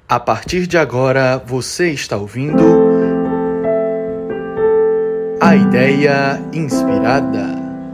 A partir de agora, você está ouvindo A Ideia Inspirada.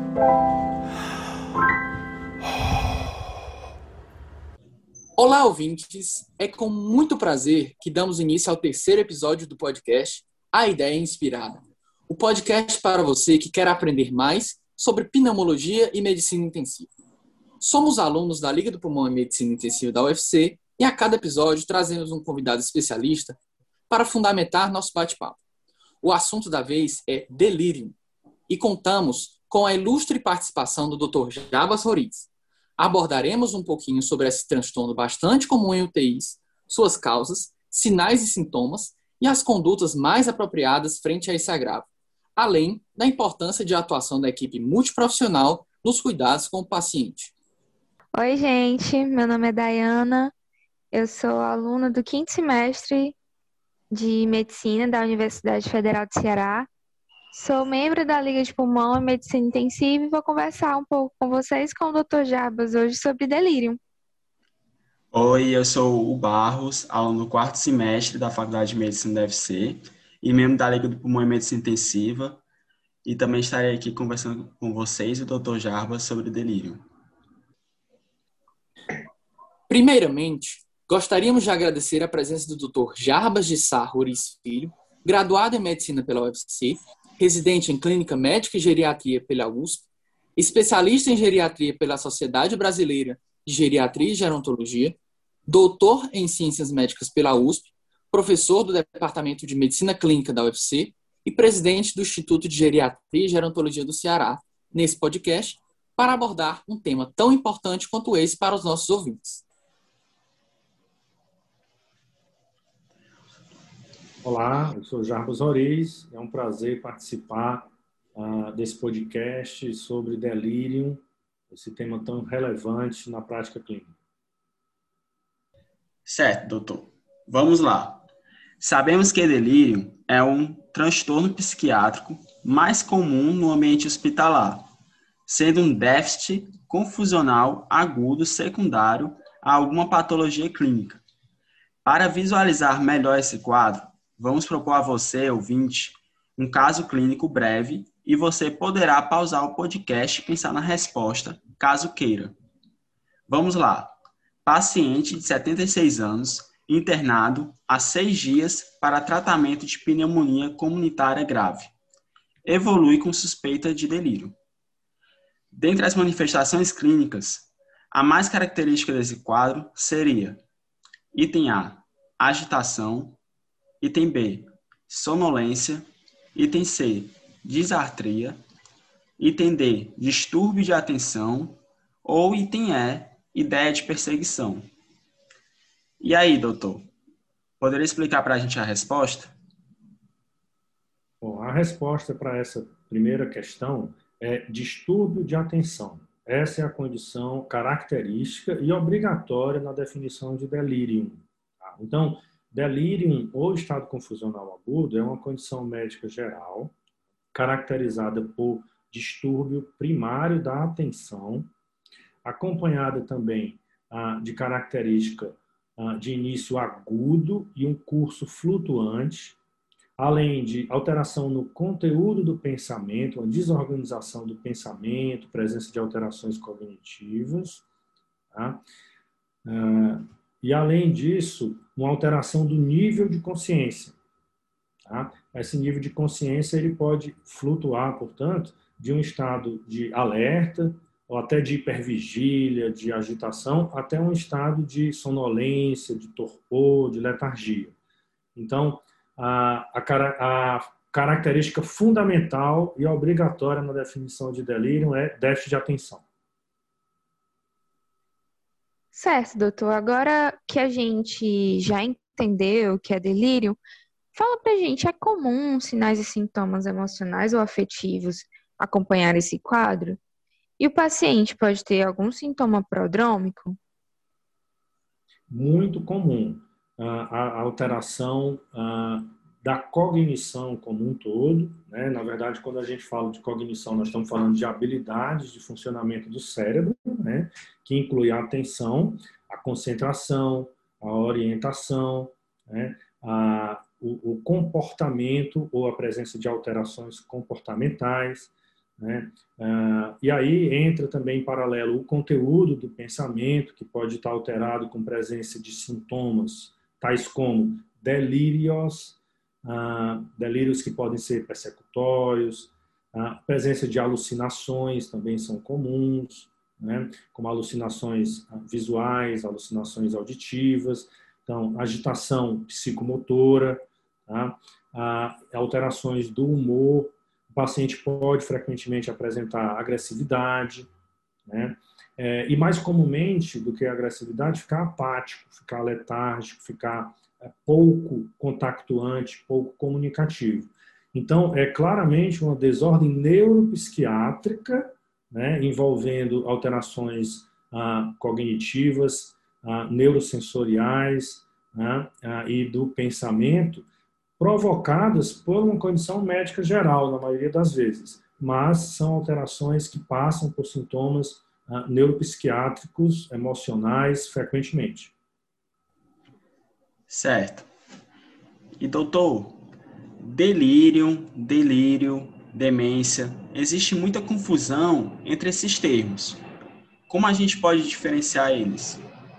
Olá, ouvintes! É com muito prazer que damos início ao terceiro episódio do podcast A Ideia Inspirada. O podcast para você que quer aprender mais sobre pneumologia e medicina intensiva. Somos alunos da Liga do Pulmão e Medicina Intensiva da UFC e a cada episódio trazemos um convidado especialista para fundamentar nosso bate-papo. O assunto da vez é delírio e contamos com a ilustre participação do Dr. Jarbas Horiz. Abordaremos um pouquinho sobre esse transtorno bastante comum em UTIs, suas causas, sinais e sintomas e as condutas mais apropriadas frente a esse agravo, além da importância de atuação da equipe multiprofissional nos cuidados com o paciente. Oi, gente. Meu nome é Dayana. Eu sou aluna do 5º semestre de Medicina da Universidade Federal do Ceará. Sou membro da Liga de Pulmão e Medicina Intensiva e vou conversar um pouco com vocês com o Dr. Jarbas hoje sobre delírio. Oi, eu sou o Barros, aluno do 4º semestre da Faculdade de Medicina da UFC e membro da Liga do Pulmão e Medicina Intensiva, e também estarei aqui conversando com vocês e o Dr. Jarbas sobre delírio. Primeiramente, gostaríamos de agradecer a presença do Dr. Jarbas de Sá Horiz Filho, graduado em Medicina pela UFC, residente em Clínica Médica e Geriatria pela USP, especialista em Geriatria pela Sociedade Brasileira de Geriatria e Gerontologia, doutor em Ciências Médicas pela USP, professor do Departamento de Medicina Clínica da UFC e presidente do Instituto de Geriatria e Gerontologia do Ceará, nesse podcast, para abordar um tema tão importante quanto esse para os nossos ouvintes. Olá, eu sou Jarbas Horiz. É um prazer participar desse podcast sobre delírio, esse tema tão relevante na prática clínica. Certo, doutor. Vamos lá. Sabemos que delírio é um transtorno psiquiátrico mais comum no ambiente hospitalar, sendo um déficit confusional agudo secundário a alguma patologia clínica. Para visualizar melhor esse quadro, vamos propor a você, ouvinte, um caso clínico breve e você poderá pausar o podcast e pensar na resposta, caso queira. Vamos lá. Paciente de 76 anos, internado há 6 dias para tratamento de pneumonia comunitária grave. Evolui com suspeita de delírio. Dentre as manifestações clínicas, a mais característica desse quadro seria: item A, agitação; item B, sonolência; item C, disartria; item D, distúrbio de atenção; ou item E, ideia de perseguição. E aí, doutor? Poderia explicar para a gente a resposta? Bom, a resposta para essa primeira questão é distúrbio de atenção. Essa é a condição característica e obrigatória na definição de delírio. Então, delírio ou estado confusional agudo é uma condição médica geral caracterizada por distúrbio primário da atenção, acompanhada também de característica de início agudo e um curso flutuante, além de alteração no conteúdo do pensamento, uma desorganização do pensamento, presença de alterações cognitivas, tá? E, além disso, uma alteração do nível de consciência. Tá? Esse nível de consciência ele pode flutuar, portanto, de um estado de alerta, ou até de hipervigília, de agitação, até um estado de sonolência, de torpor, de letargia. Então, a característica fundamental e obrigatória na definição de delírio é déficit de atenção. Certo, doutor. Agora que a gente já entendeu o que é delírio, fala pra gente, é comum sinais e sintomas emocionais ou afetivos acompanhar esse quadro? E o paciente pode ter algum sintoma prodrômico? Muito comum a alteração da cognição como um todo, né? Na verdade, quando a gente fala de cognição, nós estamos falando de habilidades de funcionamento do cérebro, né? Que inclui a atenção, a concentração, a orientação, né, o comportamento ou a presença de alterações comportamentais, né? E aí entra também em paralelo o conteúdo do pensamento, que pode estar alterado com presença de sintomas, tais como delírios, delírios que podem ser persecutórios, a presença de alucinações também são comuns, né? Como alucinações visuais, alucinações auditivas, então agitação psicomotora, tá? Alterações do humor. O paciente pode frequentemente apresentar agressividade, né? E mais comumente do que a agressividade, ficar apático, ficar letárgico, ficar pouco contactuante, pouco comunicativo. Então, é claramente uma desordem neuropsiquiátrica, né, envolvendo alterações cognitivas, neurosensoriais, né, e do pensamento, provocadas por uma condição médica geral, na maioria das vezes, mas são alterações que passam por sintomas neuropsiquiátricos, emocionais, frequentemente. Certo. E doutor, delírio, demência, existe muita confusão entre esses termos. Como a gente pode diferenciar eles?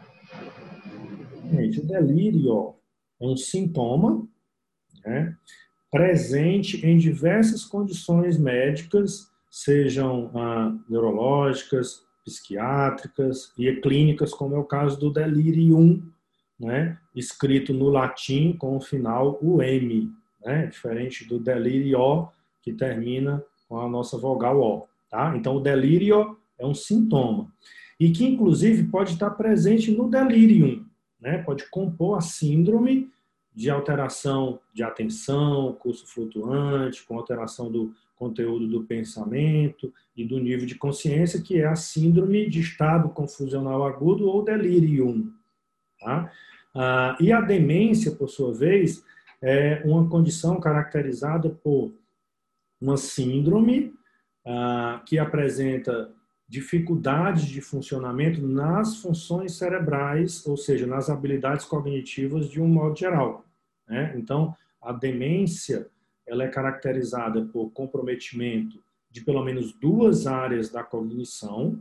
Gente, o delírio é um sintoma, né, presente em diversas condições médicas, sejam neurológicas, psiquiátricas e clínicas, como é o caso do delirium, né, escrito no latim com o final UM, né, diferente do delirio, que termina com a nossa vogal O. Tá? Então, o delírio é um sintoma. E que, inclusive, pode estar presente no delirium, né, pode compor a síndrome de alteração de atenção, curso flutuante, com alteração do conteúdo do pensamento e do nível de consciência, que é a síndrome de estado confusional agudo ou delirium. Tá? E a demência, por sua vez, é uma condição caracterizada por uma síndrome que apresenta dificuldades de funcionamento nas funções cerebrais, ou seja, nas habilidades cognitivas de um modo geral, né? Então, a demência ela é caracterizada por comprometimento de pelo menos duas áreas da cognição,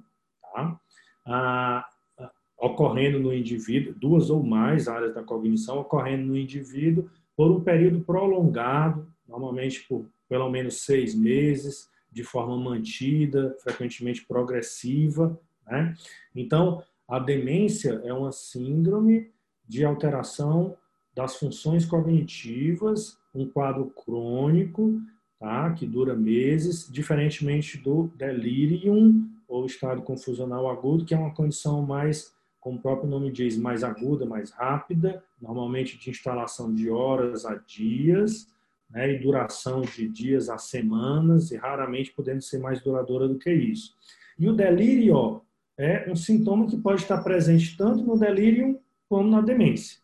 tá? Ocorrendo no indivíduo, duas ou mais áreas da cognição ocorrendo no indivíduo por um período prolongado, normalmente por pelo menos 6 meses, de forma mantida, frequentemente progressiva, né? Então, a demência é uma síndrome de alteração das funções cognitivas, um quadro crônico, tá? Que dura meses, diferentemente do delirium, ou estado confusional agudo, que é uma condição mais, como o próprio nome diz, mais aguda, mais rápida, normalmente de instalação de horas a dias, né, e duração de dias a semanas, e raramente podendo ser mais duradoura do que isso. E o delírio é um sintoma que pode estar presente tanto no delírio como na demência.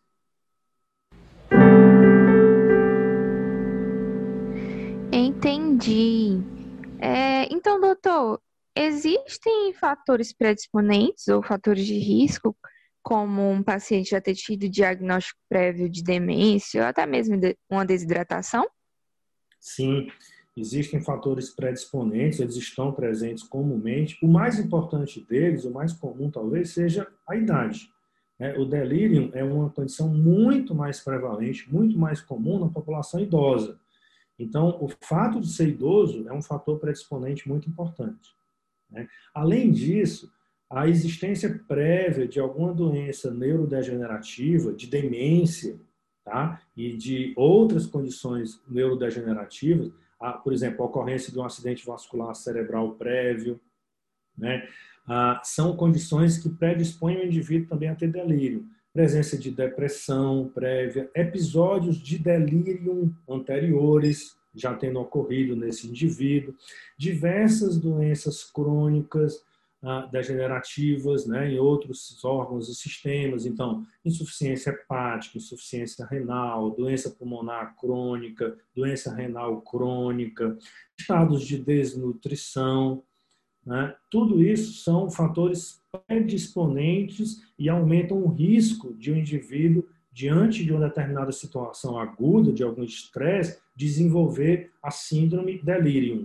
Entendi. Então, doutor, existem fatores predisponentes ou fatores de risco, como um paciente já ter tido diagnóstico prévio de demência ou até mesmo uma desidratação? Sim, existem fatores predisponentes, eles estão presentes comumente. O mais importante deles, o mais comum talvez, seja a idade. O delírio é uma condição muito mais prevalente, muito mais comum na população idosa. Então, o fato de ser idoso é um fator predisponente muito importante. Além disso, a existência prévia de alguma doença neurodegenerativa, de demência, tá? E de outras condições neurodegenerativas, por exemplo, a ocorrência de um acidente vascular cerebral prévio, né? São condições que predispõem o indivíduo também a ter delírio. Presença de depressão prévia, episódios de delírio anteriores já tendo ocorrido nesse indivíduo, diversas doenças crônicas degenerativas, né, em outros órgãos e sistemas. Então, insuficiência hepática, insuficiência renal, doença pulmonar crônica, doença renal crônica, estados de desnutrição, né? Tudo isso são fatores predisponentes e aumentam o risco de um indivíduo, diante de uma determinada situação aguda, de algum estresse, desenvolver a síndrome delirium.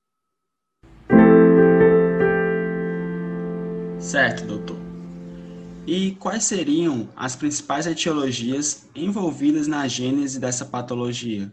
Certo, doutor. E quais seriam as principais etiologias envolvidas na gênese dessa patologia?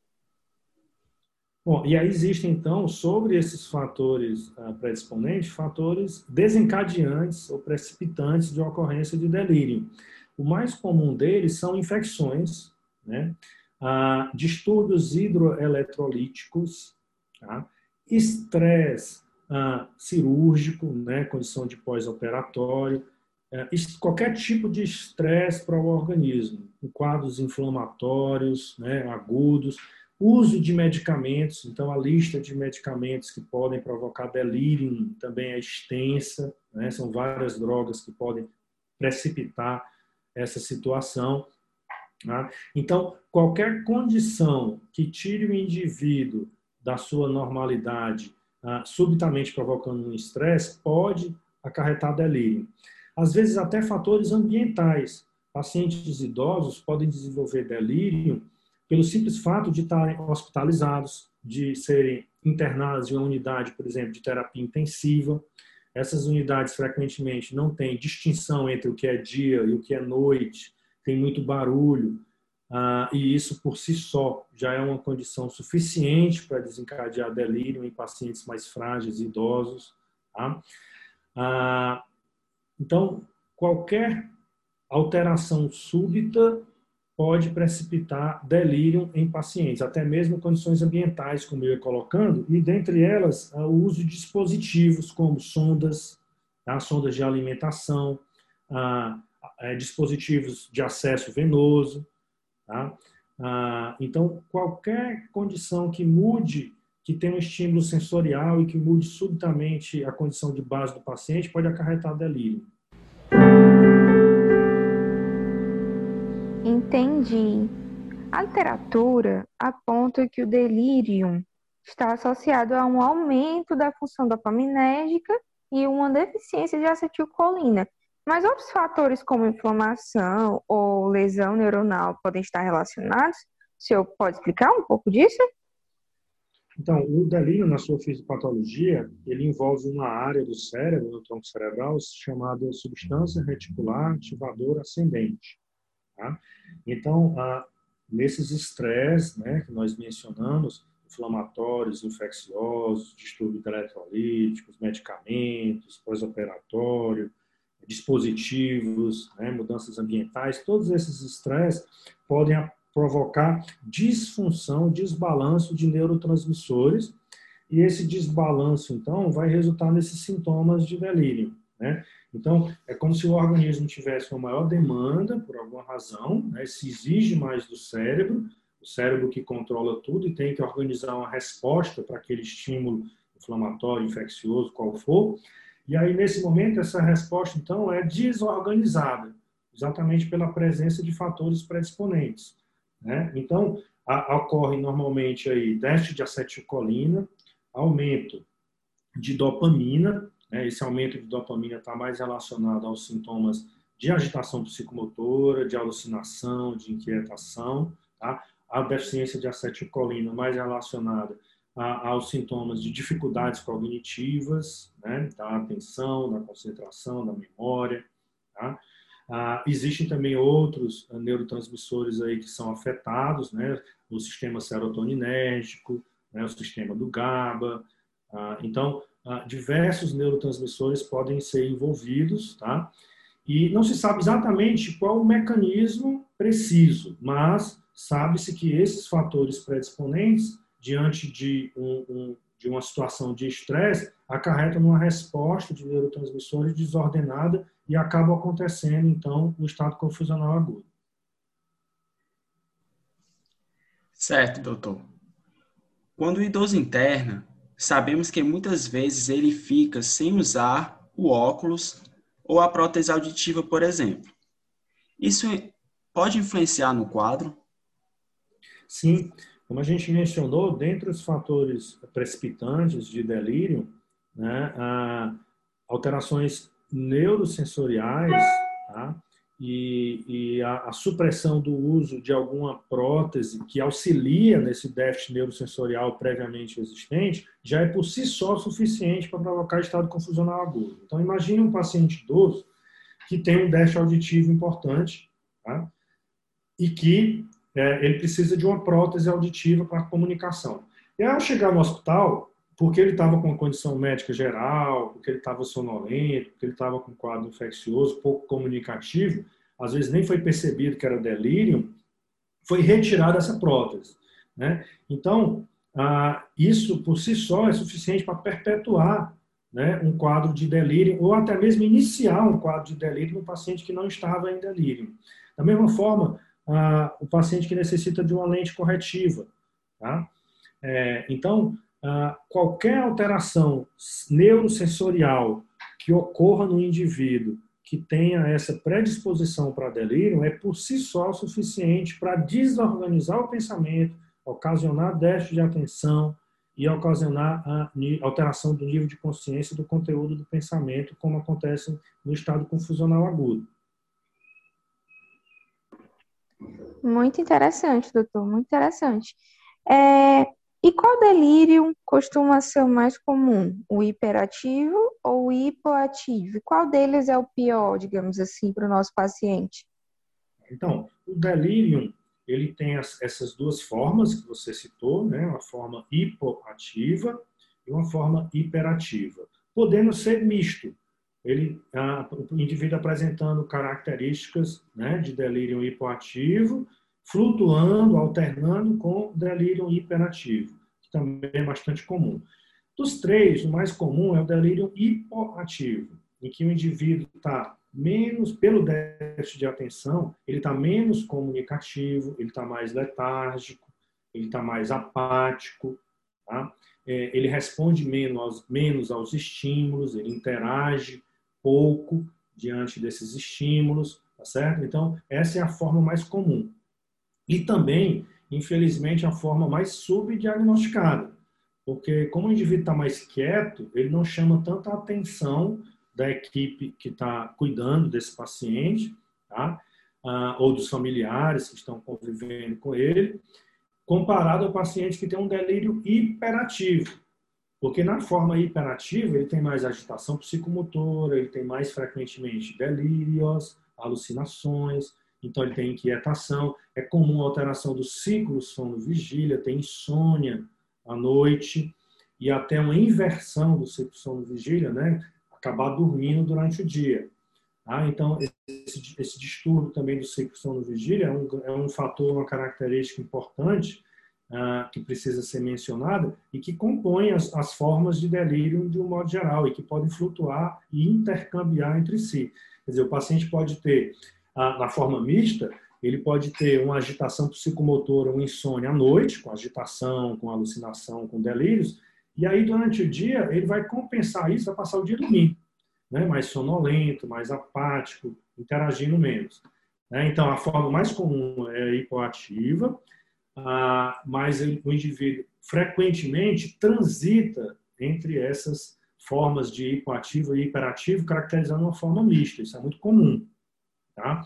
Bom, e aí existem, então, sobre esses fatores predisponentes, fatores desencadeantes ou precipitantes de ocorrência de delírio. O mais comum deles são infecções, né? Distúrbios hidroeletrolíticos, tá? Estresse cirúrgico, né? Condição de pós-operatório, qualquer tipo de estresse para o organismo, em quadros inflamatórios, né? Agudos, uso de medicamentos, então a lista de medicamentos que podem provocar delírio também é extensa, né? São várias drogas que podem precipitar essa situação. Tá? Então, qualquer condição que tire o indivíduo da sua normalidade, subitamente provocando um estresse, pode acarretar delírio. Às vezes, até fatores ambientais. Pacientes idosos podem desenvolver delírio pelo simples fato de estarem hospitalizados, de serem internados em uma unidade, por exemplo, de terapia intensiva. Essas unidades, frequentemente, não têm distinção entre o que é dia e o que é noite, tem muito barulho, e isso, por si só, já é uma condição suficiente para desencadear delírio em pacientes mais frágeis e idosos. Tá? Então, qualquer alteração súbita pode precipitar delírio em pacientes, até mesmo condições ambientais, como eu ia colocando, e dentre elas, o uso de dispositivos como sondas, tá? Sondas de alimentação, dispositivos de acesso venoso. Tá? Então, qualquer condição que mude, que tenha um estímulo sensorial e que mude subitamente a condição de base do paciente, pode acarretar delírio. Entendi. A literatura aponta que o delírio está associado a um aumento da função dopaminérgica e uma deficiência de acetilcolina. Mas outros fatores como inflamação ou lesão neuronal podem estar relacionados? O senhor pode explicar um pouco disso? Então, o delírio, na sua fisiopatologia, ele envolve uma área do cérebro, no tronco cerebral, chamada substância reticular ativadora ascendente. Tá? Então, nesses estresses, né, que nós mencionamos, inflamatórios, infecciosos, distúrbios eletrolíticos, medicamentos, pós-operatório, dispositivos, né, mudanças ambientais, todos esses estresses podem provocar disfunção, desbalanço de neurotransmissores, e esse desbalanço, então, vai resultar nesses sintomas de delírio. Né? Então, é como se o organismo tivesse uma maior demanda, por alguma razão, né? Se exige mais do cérebro, o cérebro que controla tudo e tem que organizar uma resposta para aquele estímulo inflamatório, infeccioso, qual for. E aí, nesse momento, essa resposta, então, é desorganizada, exatamente pela presença de fatores predisponentes. Né? Então, ocorre normalmente aí déficit de acetilcolina, aumento de dopamina. Esse aumento de dopamina está mais relacionado aos sintomas de agitação psicomotora, de alucinação, de inquietação. Tá? A deficiência de acetilcolina mais relacionada aos sintomas de dificuldades cognitivas, né? Da atenção, da concentração, da memória. Tá? Existem também outros neurotransmissores aí que são afetados, né? O sistema serotoninérgico, né? O sistema do GABA. Então, diversos neurotransmissores podem ser envolvidos, tá? E não se sabe exatamente qual o mecanismo preciso, mas sabe-se que esses fatores predisponentes, diante de uma situação de estresse, acarretam numa resposta de neurotransmissores desordenada e acaba acontecendo, então, o estado confusional agudo. Certo, doutor. Quando o idoso interna, sabemos que muitas vezes ele fica sem usar o óculos ou a prótese auditiva, por exemplo. Isso pode influenciar no quadro? Sim, como a gente mencionou, dentre os fatores precipitantes de delírio, né, alterações neurosensoriais, tá? E a supressão do uso de alguma prótese que auxilia nesse déficit neurosensorial previamente existente, já é por si só suficiente para provocar estado confusional agudo. Então, imagine um paciente idoso que tem um déficit auditivo importante, tá? E que ele precisa de uma prótese auditiva para a comunicação. E ao chegar no hospital, porque ele estava com uma condição médica geral, porque ele estava sonolento, porque ele estava com um quadro infeccioso, pouco comunicativo, às vezes nem foi percebido que era delírio, foi retirada essa prótese, né? Então, isso por si só é suficiente para perpetuar, né, um quadro de delírio, ou até mesmo iniciar um quadro de delírio no paciente que não estava em delírio. Da mesma forma, o paciente que necessita de uma lente corretiva, tá? Então, qualquer alteração neurosensorial que ocorra no indivíduo que tenha essa predisposição para delírio é por si só suficiente para desorganizar o pensamento, ocasionar déficit de atenção e ocasionar a alteração do nível de consciência do conteúdo do pensamento, como acontece no estado confusional agudo. Muito interessante, doutor, muito interessante. E qual delírio costuma ser o mais comum? O hiperativo ou o hipoativo? Qual deles é o pior, digamos assim, para o nosso paciente? Então, o delírio, ele tem essas duas formas que você citou, né? Uma forma hipoativa e uma forma hiperativa, podendo ser misto. O indivíduo apresentando características, né, de delírio hipoativo, flutuando, alternando com delírio hiperativo, que também é bastante comum. Dos três, o mais comum é o delírio hipoativo, em que o indivíduo está menos, pelo déficit de atenção, ele está menos comunicativo, ele está mais letárgico, ele está mais apático, tá? Ele responde menos aos estímulos, ele interage pouco diante desses estímulos, tá certo? Então, essa é a forma mais comum. E também, infelizmente, a forma mais subdiagnosticada, porque como o indivíduo está mais quieto, ele não chama tanta atenção da equipe que está cuidando desse paciente, tá? Ou dos familiares que estão convivendo com ele, comparado ao paciente que tem um delírio hiperativo. Porque na forma hiperativa, ele tem mais agitação psicomotora, ele tem mais frequentemente delírios, alucinações, então ele tem inquietação, é comum a alteração do ciclo sono-vigília, tem insônia à noite e até uma inversão do ciclo sono-vigília, né? Acabar dormindo durante o dia. Então, esse distúrbio também do ciclo sono-vigília é um fator, uma característica importante que precisa ser mencionada e que compõe as formas de delírio de um modo geral e que podem flutuar e intercambiar entre si. Quer dizer, o paciente pode ter, na forma mista, ele pode ter uma agitação psicomotora, uma insônia à noite, com agitação, com alucinação, com delírios, e aí durante o dia ele vai compensar isso, vai passar o dia dormindo, né? Mais sonolento, mais apático, interagindo menos. Então, a forma mais comum é a hipoativa, mas o indivíduo frequentemente transita entre essas formas de hipoativo e hiperativo, caracterizando uma forma mista. Isso é muito comum. Tá?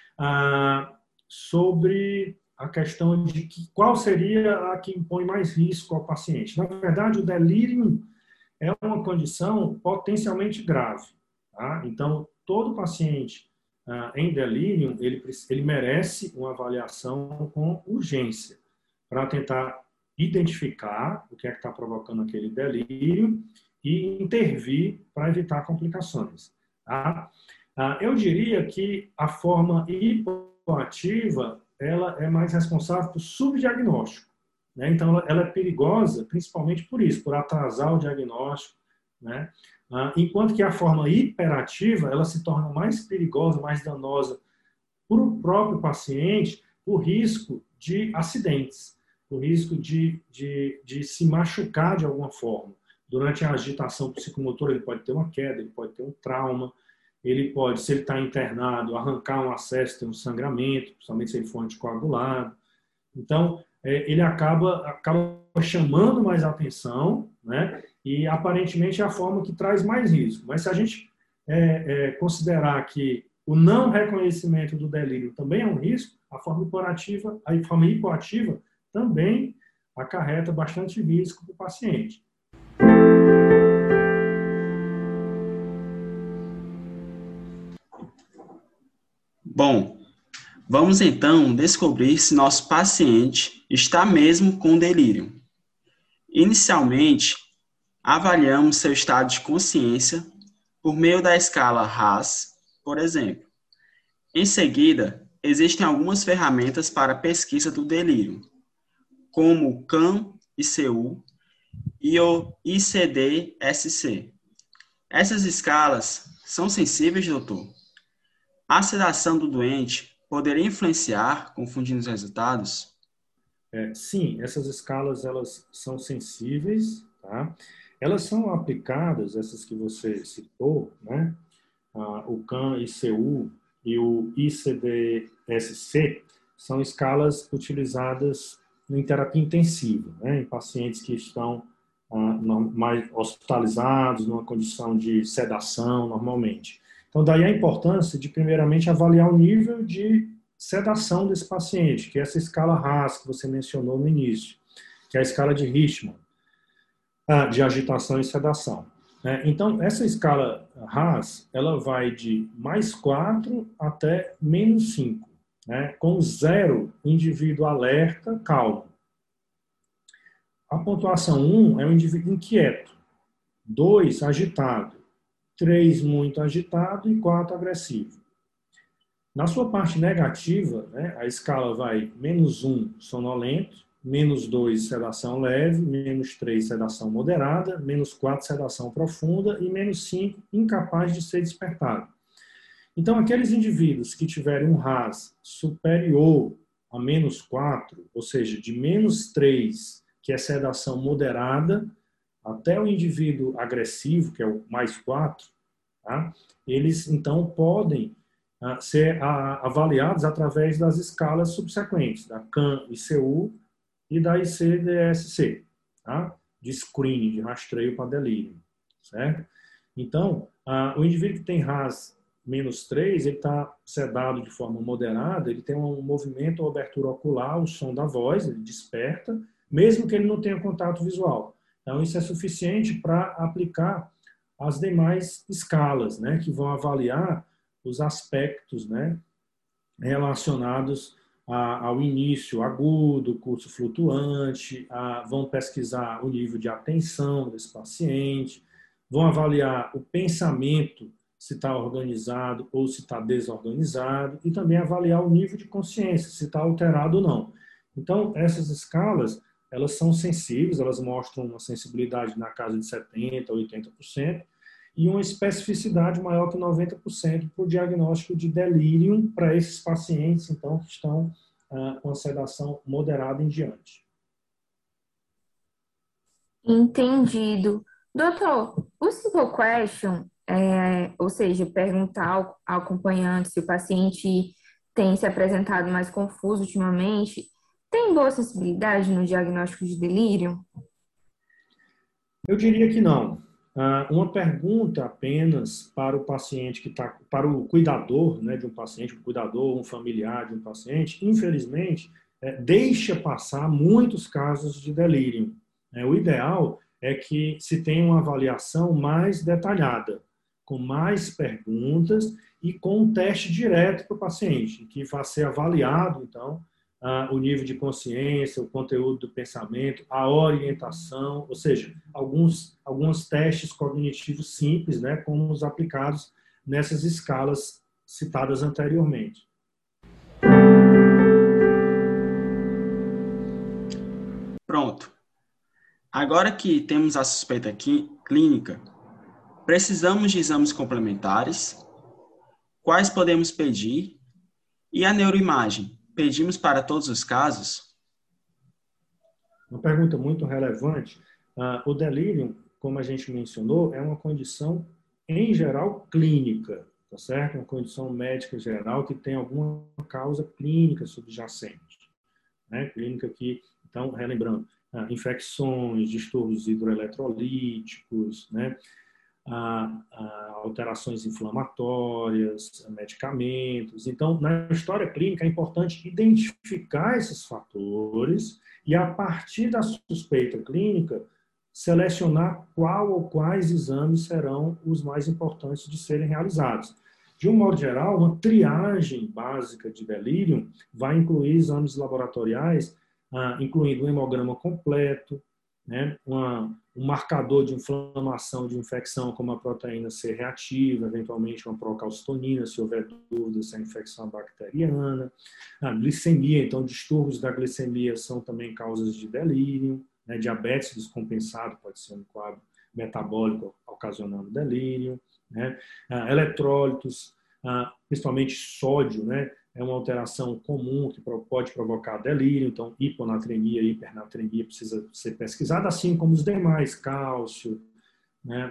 Sobre a questão de qual seria a que impõe mais risco ao paciente. Na verdade, o delírio é uma condição potencialmente grave. Tá? Então, todo paciente em delírio, ele merece uma avaliação com urgência para tentar identificar o que é que está provocando aquele delírio e intervir para evitar complicações. Tá? Eu diria que a forma hipoativa ela é mais responsável por subdiagnóstico, né? Então, ela é perigosa principalmente por isso, por atrasar o diagnóstico, né? Enquanto que a forma hiperativa ela se torna mais perigosa, mais danosa para o próprio paciente, por risco de acidentes, por risco de se machucar de alguma forma. Durante a agitação psicomotora, ele pode ter uma queda, ele pode ter um trauma, ele pode, se ele está internado, arrancar um acesso, ter um sangramento, principalmente se ele for anticoagulado. Então, ele acaba chamando mais atenção, né? e aparentemente é a forma que traz mais risco. Mas se a gente considerar que o não reconhecimento do delírio também é um risco, a forma hipoativa também acarreta bastante risco para o paciente. Bom, vamos então descobrir se nosso paciente está mesmo com delírio. Inicialmente, avaliamos seu estado de consciência por meio da escala RASS, por exemplo. Em seguida, existem algumas ferramentas para pesquisa do delírio, como o CAM-ICU e o ICD-SC. Essas escalas são sensíveis, doutor? A sedação do doente poderia influenciar, confundindo os resultados? Sim, essas escalas elas são sensíveis, tá? Elas são aplicadas, essas que você citou, né? O CAM-ICU e o ICD-SC são escalas utilizadas em terapia intensiva, né? Em pacientes que estão mais hospitalizados, numa condição de sedação, normalmente. Então, daí a importância de, primeiramente, avaliar o nível de sedação desse paciente, que é essa escala RASS que você mencionou no início, que é a escala de Richmond, de agitação e sedação. Então, essa escala RASS, ela vai de +4 até -5, né? Com 0, indivíduo alerta, calmo. A pontuação 1 é um indivíduo inquieto, 2, agitado, 3, muito agitado e 4, agressivo. Na sua parte negativa, né, a escala vai -1, sonolento, -2, sedação leve, -3, sedação moderada, -4, sedação profunda e -5, incapaz de ser despertado. Então, aqueles indivíduos que tiverem um RASS superior a -4, ou seja, de -3, que é sedação moderada, até o indivíduo agressivo, que é o +4, tá? Eles, então, podem ser avaliados através das escalas subsequentes, da CAM-ICU e da ICD-SC, tá? De screening, de rastreio para delírio, certo? Então, o indivíduo que tem RASS -3, ele está sedado de forma moderada, ele tem um movimento ou abertura ocular, o som da voz, ele desperta, mesmo que ele não tenha contato visual. Então, isso é suficiente para aplicar as demais escalas, né, que vão avaliar os aspectos, né, relacionados ao início agudo, curso flutuante, vão pesquisar o nível de atenção desse paciente, vão avaliar o pensamento, se está organizado ou se está desorganizado, e também avaliar o nível de consciência, se está alterado ou não. Então, essas escalas, elas são sensíveis, elas mostram uma sensibilidade na casa de 70%, 80%, e uma especificidade maior que 90% para o diagnóstico de delírio para esses pacientes, então, que estão com a sedação moderada em diante. Entendido. Doutor, o simple question, ou seja, perguntar ao acompanhante se o paciente tem se apresentado mais confuso ultimamente, tem boa sensibilidade no diagnóstico de delírio? Eu diria que não. Uma pergunta apenas para o paciente que está, para o cuidador, né, de um paciente, um cuidador, um familiar de um paciente, infelizmente, deixa passar muitos casos de delírio. O ideal é que se tenha uma avaliação mais detalhada, com mais perguntas e com um teste direto para o paciente, que vai ser avaliado, então, o nível de consciência, o conteúdo do pensamento, a orientação, ou seja, alguns testes cognitivos simples, né, como os aplicados nessas escalas citadas anteriormente. Pronto. Agora que temos a suspeita aqui, clínica, precisamos de exames complementares? Quais podemos pedir? E a neuroimagem? Pedimos para todos os casos? Uma pergunta muito relevante. O delírio, como a gente mencionou, é uma condição, em geral, clínica, tá certo? Uma condição médica geral que tem alguma causa clínica subjacente, né? Clínica que, então, relembrando, infecções, distúrbios hidroeletrolíticos, né? Alterações inflamatórias, medicamentos. Então, na história clínica, é importante identificar esses fatores e, a partir da suspeita clínica, selecionar qual ou quais exames serão os mais importantes de serem realizados. De um modo geral, uma triagem básica de delírio vai incluir exames laboratoriais, incluindo um hemograma completo, né, um marcador de inflamação, de infecção, como a proteína C reativa, eventualmente uma procalcitonina, se houver dúvida se a infecção é bacteriana. A glicemia, então, distúrbios da glicemia são também causas de delírio, né, diabetes descompensado pode ser um quadro metabólico ocasionando delírio, né, eletrólitos, principalmente sódio, né, é uma alteração comum que pode provocar delírio, então hiponatremia e hipernatremia precisa ser pesquisada, assim como os demais, cálcio, né,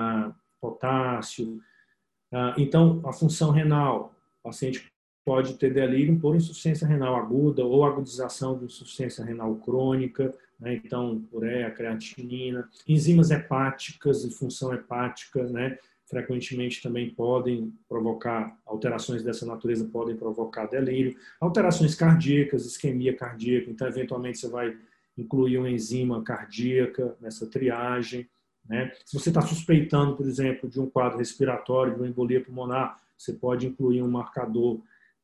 potássio. Então, a função renal, o paciente pode ter delírio por insuficiência renal aguda ou agudização de insuficiência renal crônica, né, então ureia, creatinina, enzimas hepáticas e função hepática, né, frequentemente também podem provocar, alterações dessa natureza podem provocar delírio, alterações cardíacas, isquemia cardíaca, então eventualmente você vai incluir uma enzima cardíaca nessa triagem, né? Se você está suspeitando, por exemplo, de um quadro respiratório, de uma embolia pulmonar, você pode incluir um marcador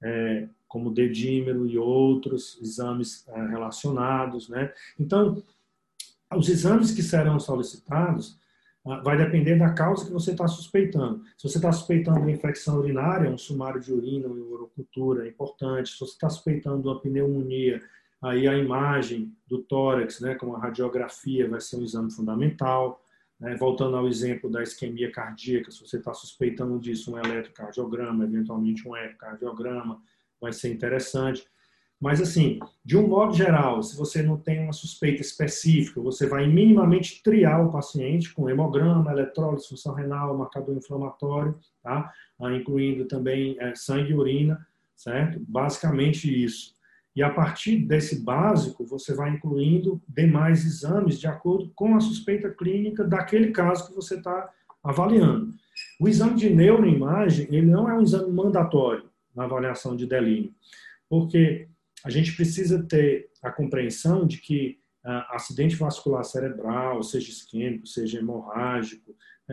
como dedímero e outros exames relacionados, né? Então, os exames que serão solicitados vai depender da causa que você está suspeitando. Se você está suspeitando de infecção urinária, um sumário de urina, uma urocultura é importante. Se você está suspeitando de uma pneumonia, aí a imagem do tórax, né, como a radiografia, vai ser um exame fundamental. Né? Voltando ao exemplo da isquemia cardíaca, se você está suspeitando disso, um eletrocardiograma, eventualmente um ecocardiograma, vai ser interessante. Mas, assim, de um modo geral, se você não tem uma suspeita específica, você vai minimamente triar o paciente com hemograma, eletrólise, função renal, marcador inflamatório, tá? Incluindo também sangue e urina, certo? Basicamente isso. E a partir desse básico, você vai incluindo demais exames de acordo com a suspeita clínica daquele caso que você está avaliando. O exame de neuroimagem, ele não é um exame mandatório na avaliação de delírio, porque a gente precisa ter a compreensão de que acidente vascular cerebral, seja isquêmico, seja hemorrágico,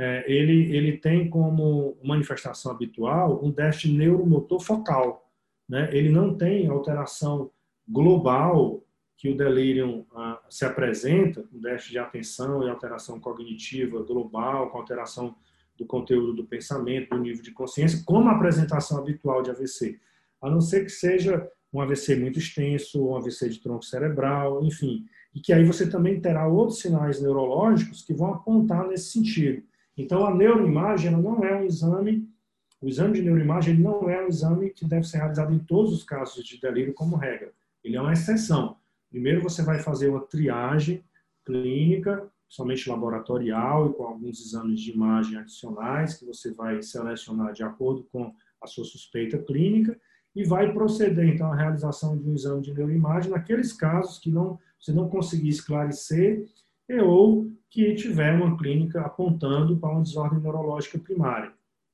ele tem como manifestação habitual um déficit neuromotor focal, né? Ele não tem alteração global que o delírio se apresenta, com déficit de atenção e alteração cognitiva global, com alteração do conteúdo do pensamento, do nível de consciência, como a apresentação habitual de AVC. A não ser que seja um AVC muito extenso, um AVC de tronco cerebral, enfim. E que aí você também terá outros sinais neurológicos que vão apontar nesse sentido. Então, a neuroimagem ela não é um exame, o exame de neuroimagem ele não é um exame que deve ser realizado em todos os casos de delírio como regra. Ele é uma exceção. Primeiro você vai fazer uma triagem clínica, somente laboratorial e com alguns exames de imagem adicionais que você vai selecionar de acordo com a sua suspeita clínica, e vai proceder, então, à realização de um exame de neuroimagem naqueles casos que você não conseguir esclarecer ou que tiver uma clínica apontando para uma desordem neurológica primária.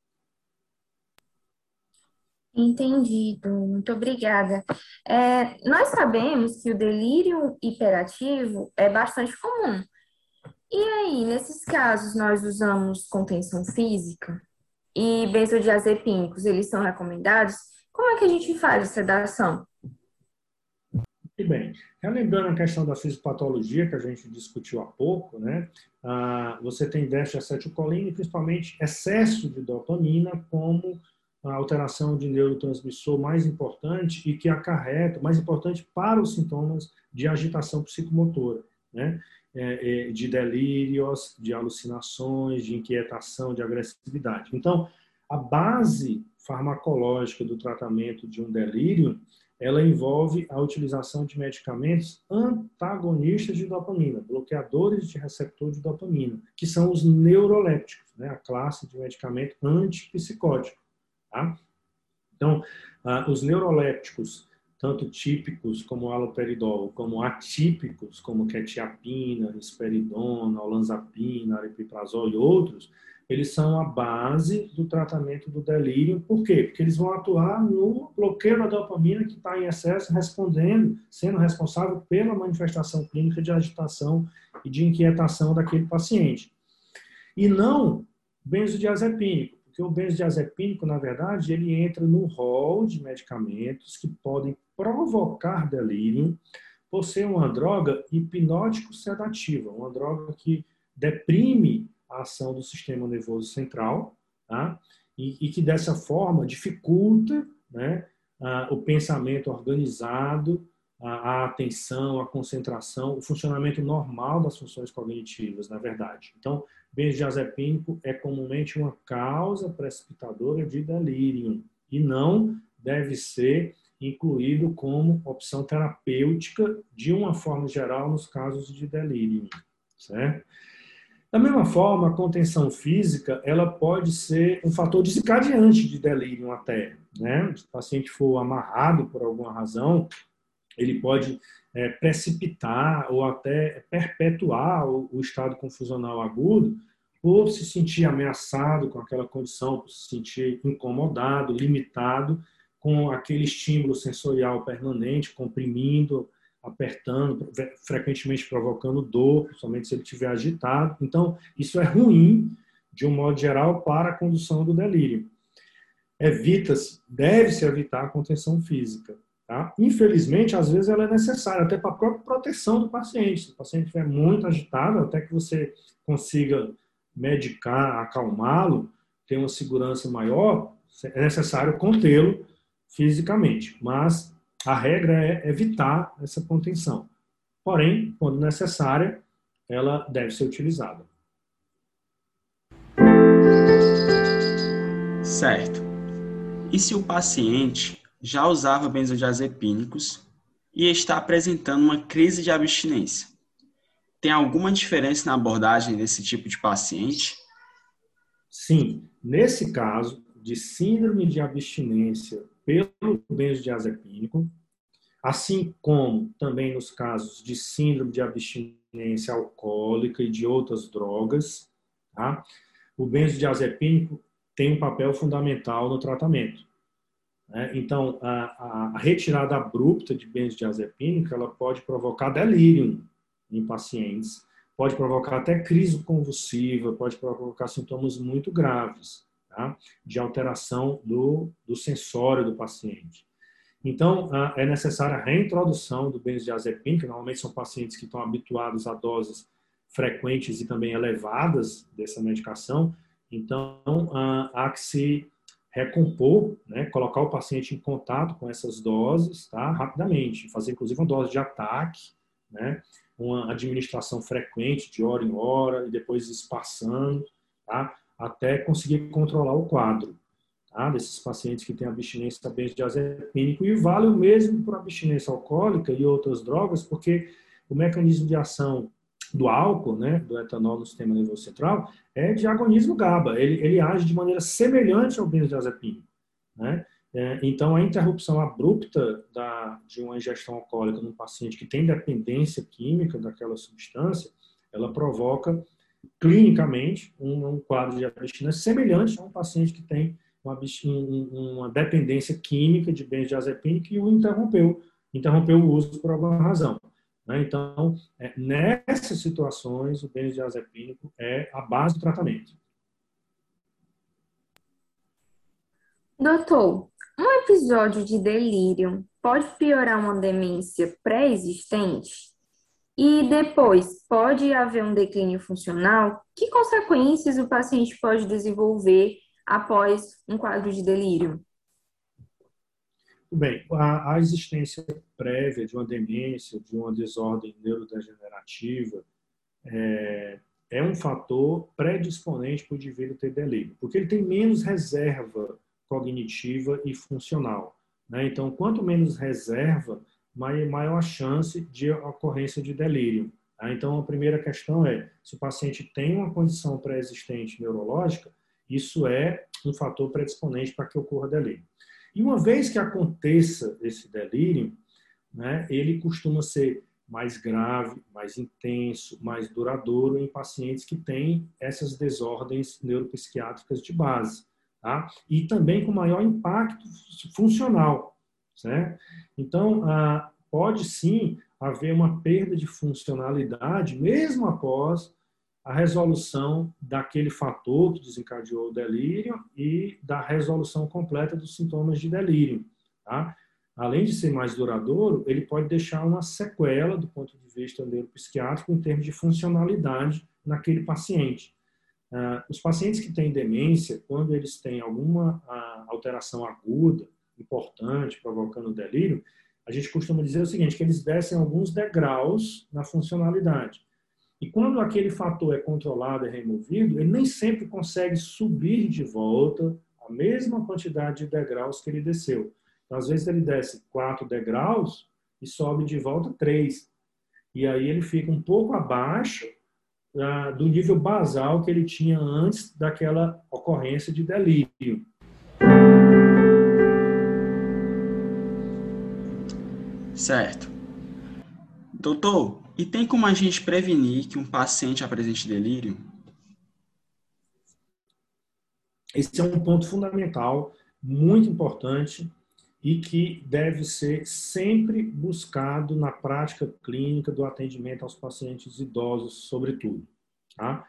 Entendido, muito obrigada. Nós sabemos que o delírio hiperativo é bastante comum. E aí, nesses casos, nós usamos contenção física e benzodiazepínicos, eles são recomendados? Como é que a gente faz a sedação? Muito bem. Relembrando a questão da fisiopatologia que a gente discutiu há pouco, né? Você tem déficit de acetilcolina e principalmente excesso de dopamina como a alteração de neurotransmissor mais importante e que acarreta, mais importante para os sintomas de agitação psicomotora, né? De delírios, de alucinações, de inquietação, de agressividade. Então, a base farmacológica do tratamento de um delírio, ela envolve a utilização de medicamentos antagonistas de dopamina, bloqueadores de receptor de dopamina, que são os neurolépticos, né? A classe de medicamento antipsicótico. Tá? Então, os neurolépticos tanto típicos como o haloperidol, como atípicos como quetiapina, risperidona, olanzapina, aripiprazol e outros, eles são a base do tratamento do delírio. Por quê? Porque eles vão atuar no bloqueio da dopamina que está em excesso, sendo responsável pela manifestação clínica de agitação e de inquietação daquele paciente. E não benzodiazepínico, porque o benzodiazepínico, na verdade, ele entra no rol de medicamentos que podem provocar delírio por ser uma droga hipnótico-sedativa, uma droga que deprime a ação do sistema nervoso central, tá? E que, dessa forma, dificulta, né, o pensamento organizado, a atenção, a concentração, o funcionamento normal das funções cognitivas, na verdade. Então, benzodiazepínico é comumente uma causa precipitadora de delírio e não deve ser incluído como opção terapêutica de uma forma geral nos casos de delírio, certo? Da mesma forma, a contenção física, ela pode ser um fator desencadeante de delírio até, né? Se o paciente for amarrado por alguma razão, ele pode precipitar ou até perpetuar o estado confusional agudo por se sentir ameaçado com aquela condição, por se sentir incomodado, limitado com aquele estímulo sensorial permanente, comprimindo, apertando, frequentemente provocando dor, principalmente se ele estiver agitado. Então, isso é ruim, de um modo geral, para a condução do delírio. Deve-se evitar a contenção física. Tá? Infelizmente, às vezes ela é necessária, até para a própria proteção do paciente. Se o paciente estiver muito agitado, até que você consiga medicar, acalmá-lo, ter uma segurança maior, é necessário contê-lo fisicamente. Mas a regra é evitar essa contenção. Porém, quando necessária, ela deve ser utilizada. Certo. E se o paciente já usava benzodiazepínicos e está apresentando uma crise de abstinência? Tem alguma diferença na abordagem desse tipo de paciente? Sim. Nesse caso de síndrome de abstinência pelo benzodiazepínico, assim como também nos casos de síndrome de abstinência alcoólica e de outras drogas, tá? O benzodiazepínico tem um papel fundamental no tratamento. Então, a retirada abrupta de benzodiazepínico, ela pode provocar delírio em pacientes, pode provocar até crise convulsiva, pode provocar sintomas muito graves, tá? De alteração do sensório do paciente. Então, é necessária a reintrodução do benzodiazepínico, que normalmente são pacientes que estão habituados a doses frequentes e também elevadas dessa medicação. Então, há que se recompor, né, colocar o paciente em contato com essas doses, tá, rapidamente, fazer inclusive uma dose de ataque, né, uma administração frequente de hora em hora e depois espaçando, tá, até conseguir controlar o quadro, tá, desses pacientes que têm abstinência a benzodiazepínico. E vale o mesmo para abstinência alcoólica e outras drogas, porque o mecanismo de ação do álcool, né, do etanol no sistema nervoso central, é de agonismo GABA. Ele age de maneira semelhante ao benzodiazepínico, né? Então, a interrupção abrupta de uma ingestão alcoólica num paciente que tem dependência química daquela substância, ela provoca clinicamente um quadro de abstinência semelhante a um paciente que tem uma dependência química de benzodiazepínico e o interrompeu o uso por alguma razão. Então, nessas situações, o benzodiazepínico é a base do tratamento. Doutor, um episódio de delírio pode piorar uma demência pré-existente? E depois, pode haver um declínio funcional? Que consequências o paciente pode desenvolver após um quadro de delírio? Bem, a existência prévia de uma demência, de uma desordem neurodegenerativa, é um fator predisponente para o indivíduo ter delírio, porque ele tem menos reserva cognitiva e funcional, né? Então, quanto menos reserva, maior a chance de ocorrência de delírio, tá? Então, a primeira questão é, se o paciente tem uma condição pré-existente neurológica, isso é um fator predisponente para que ocorra delírio. E uma vez que aconteça esse delírio, né, ele costuma ser mais grave, mais intenso, mais duradouro em pacientes que têm essas desordens neuropsiquiátricas de base, tá? E também com maior impacto funcional, certo? Então, pode sim haver uma perda de funcionalidade, mesmo após a resolução daquele fator que desencadeou o delírio e da resolução completa dos sintomas de delírio, tá? Além de ser mais duradouro, ele pode deixar uma sequela do ponto de vista neuropsiquiátrico em termos de funcionalidade naquele paciente. Os pacientes que têm demência, quando eles têm alguma alteração aguda, importante, provocando delírio, a gente costuma dizer o seguinte, que eles descem alguns degraus na funcionalidade. E quando aquele fator é controlado e removido, ele nem sempre consegue subir de volta a mesma quantidade de degraus que ele desceu. Então, às vezes ele desce 4 degraus e sobe de volta 3. E aí ele fica um pouco abaixo do nível basal que ele tinha antes daquela ocorrência de delírio. Certo. Doutor, e tem como a gente prevenir que um paciente apresente delírio? Esse é um ponto fundamental, muito importante, e que deve ser sempre buscado na prática clínica do atendimento aos pacientes idosos, sobretudo. Tá?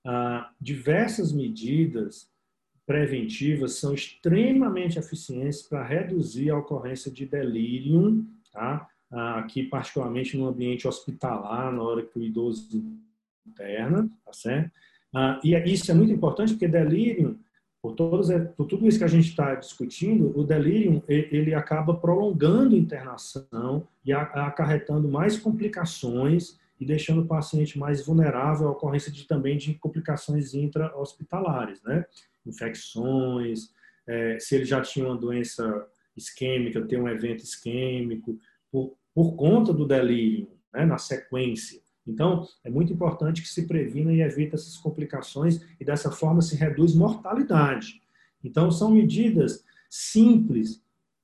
Diversas medidas preventivas são extremamente eficientes para reduzir a ocorrência de delírio, tá? Aqui particularmente no ambiente hospitalar, na hora que o idoso interna, tá certo? E isso é muito importante porque delírio, por tudo isso que a gente está discutindo, o delírio ele acaba prolongando a internação e acarretando mais complicações e deixando o paciente mais vulnerável à ocorrência também de complicações intra-hospitalares, né? Infecções, se ele já tinha uma doença isquêmica, tem um evento isquêmico, por conta do delírio, né? Na sequência. Então, é muito importante que se previna e evite essas complicações e dessa forma se reduz mortalidade. Então, são medidas simples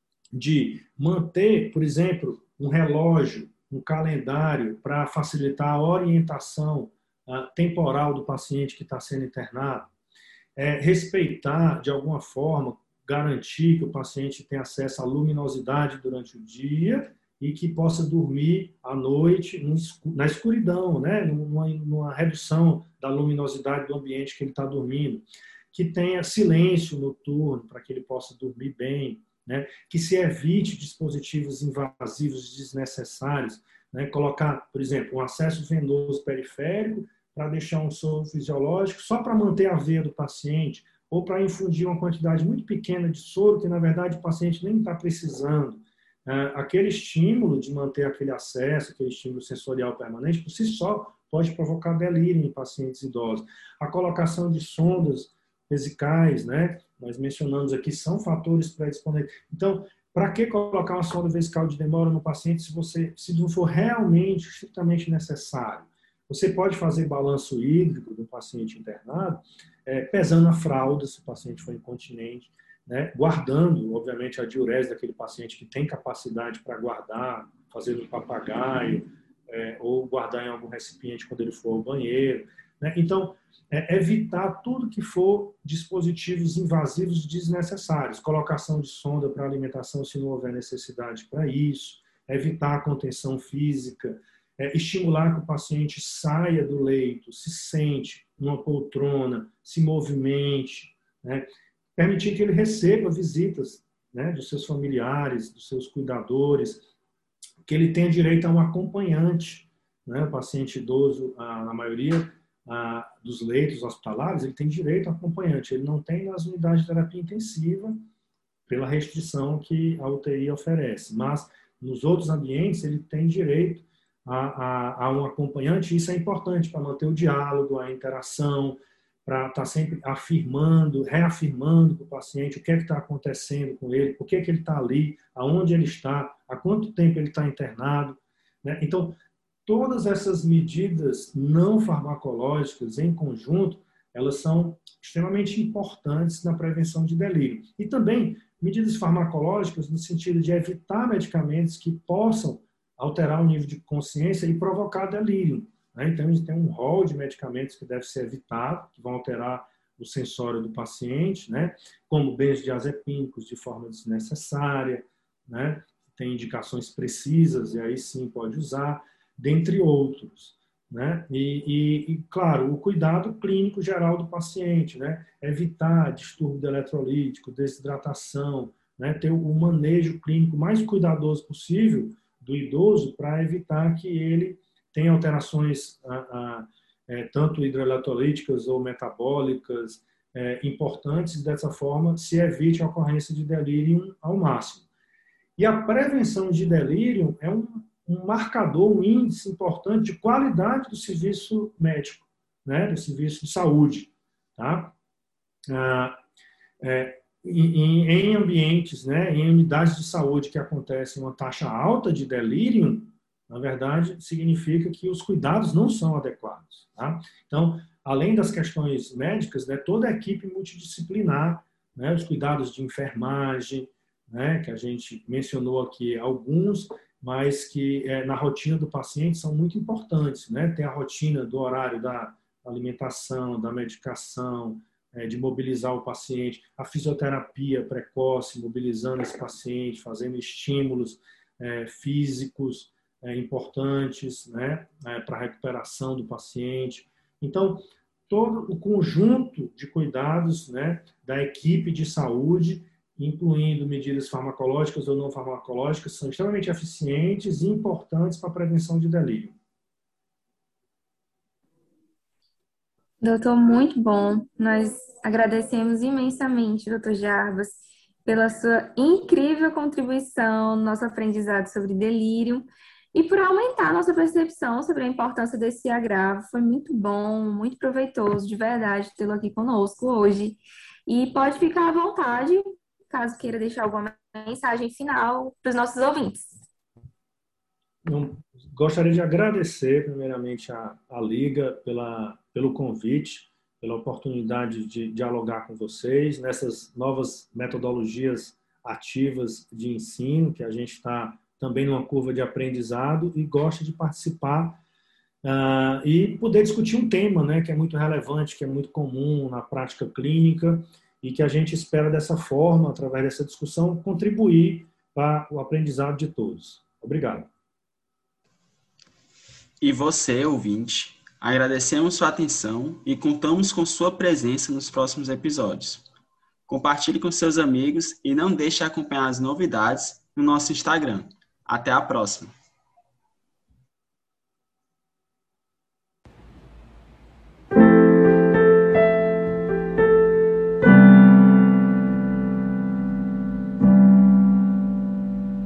de manter, por exemplo, um relógio, um calendário para facilitar a orientação temporal do paciente que está sendo internado. Respeitar, de alguma forma, garantir que o paciente tenha acesso à luminosidade durante o dia e que possa dormir à noite na escuridão, né? numa redução da luminosidade do ambiente que ele está dormindo, que tenha silêncio noturno para que ele possa dormir bem, né? Que se evite dispositivos invasivos desnecessários, né? Colocar, por exemplo, um acesso venoso periférico para deixar um soro fisiológico só para manter a veia do paciente ou para infundir uma quantidade muito pequena de soro que, na verdade, o paciente nem está precisando. Aquele estímulo de manter aquele acesso, aquele estímulo sensorial permanente, por si só, pode provocar delírio em pacientes idosos. A colocação de sondas vesicais, né? Nós mencionamos aqui, são fatores predisponentes. Então, para que colocar uma sonda vesical de demora no paciente se não for realmente, estritamente necessário? Você pode fazer balanço hídrico do paciente internado, pesando a fralda, se o paciente for incontinente, né, guardando, obviamente, a diurese daquele paciente que tem capacidade para guardar, fazer no papagaio, ou guardar em algum recipiente quando ele for ao banheiro. Né? Então, evitar tudo que for dispositivos invasivos desnecessários, colocação de sonda para alimentação se não houver necessidade para isso, evitar a contenção física, estimular que o paciente saia do leito, se sente numa poltrona, se movimente, né? Permitir que ele receba visitas, né, dos seus familiares, dos seus cuidadores, que ele tenha direito a um acompanhante. Né? O paciente idoso, na maioria dos leitos hospitalares, ele tem direito a acompanhante. Ele não tem nas unidades de terapia intensiva, pela restrição que a UTI oferece. Mas, nos outros ambientes, ele tem direito a um acompanhante. Isso é importante para manter o diálogo, a interação, para estar sempre afirmando, reafirmando para o paciente o que é que está acontecendo com ele, por que ele está ali, aonde ele está, há quanto tempo ele está internado. Né? Então, todas essas medidas não farmacológicas em conjunto, elas são extremamente importantes na prevenção de delírio. E também medidas farmacológicas no sentido de evitar medicamentos que possam alterar o nível de consciência e provocar delírio, né? Então, a gente tem um rol de medicamentos que deve ser evitado, que vão alterar o sensório do paciente, né? Como benzodiazepínicos de forma desnecessária, né? Tem indicações precisas e aí sim pode usar, dentre outros, né? Claro, o cuidado clínico geral do paciente, né? Evitar distúrbio eletrolítico, desidratação, né? Ter o manejo clínico mais cuidadoso possível do idoso para evitar que ele tenha alterações tanto hidroeletrolíticas ou metabólicas importantes, dessa forma se evite a ocorrência de delírio ao máximo. E a prevenção de delírio é um marcador, um índice importante de qualidade do serviço médico, né, do serviço de saúde. Tá? Em ambientes, né, em unidades de saúde que acontece uma taxa alta de delírio, na verdade, significa que os cuidados não são adequados. Tá? Então, além das questões médicas, né, toda a equipe multidisciplinar, né, os cuidados de enfermagem, né, que a gente mencionou aqui alguns, mas que na rotina do paciente são muito importantes, né? Tem a rotina do horário da alimentação, da medicação, de mobilizar o paciente, a fisioterapia precoce, mobilizando esse paciente, fazendo estímulos físicos importantes, né? Para a recuperação do paciente. Então, todo o conjunto de cuidados, né, da equipe de saúde, incluindo medidas farmacológicas ou não farmacológicas, são extremamente eficientes e importantes para a prevenção de delírio. Doutor, muito bom. Nós agradecemos imensamente, doutor Jarbas, pela sua incrível contribuição no nosso aprendizado sobre delírio e por aumentar a nossa percepção sobre a importância desse agravo. Foi muito bom, muito proveitoso, de verdade, tê-lo aqui conosco hoje. E pode ficar à vontade, caso queira deixar alguma mensagem final para os nossos ouvintes. Gostaria de agradecer, primeiramente, a Liga pelo convite, pela oportunidade de dialogar com vocês nessas novas metodologias ativas de ensino, que a gente está também numa curva de aprendizado e gosta de participar e poder discutir um tema, né, que é muito relevante, que é muito comum na prática clínica, e que a gente espera dessa forma, através dessa discussão, contribuir para o aprendizado de todos. Obrigado. E você, ouvinte, agradecemos sua atenção e contamos com sua presença nos próximos episódios. Compartilhe com seus amigos e não deixe de acompanhar as novidades no nosso Instagram. Até a próxima!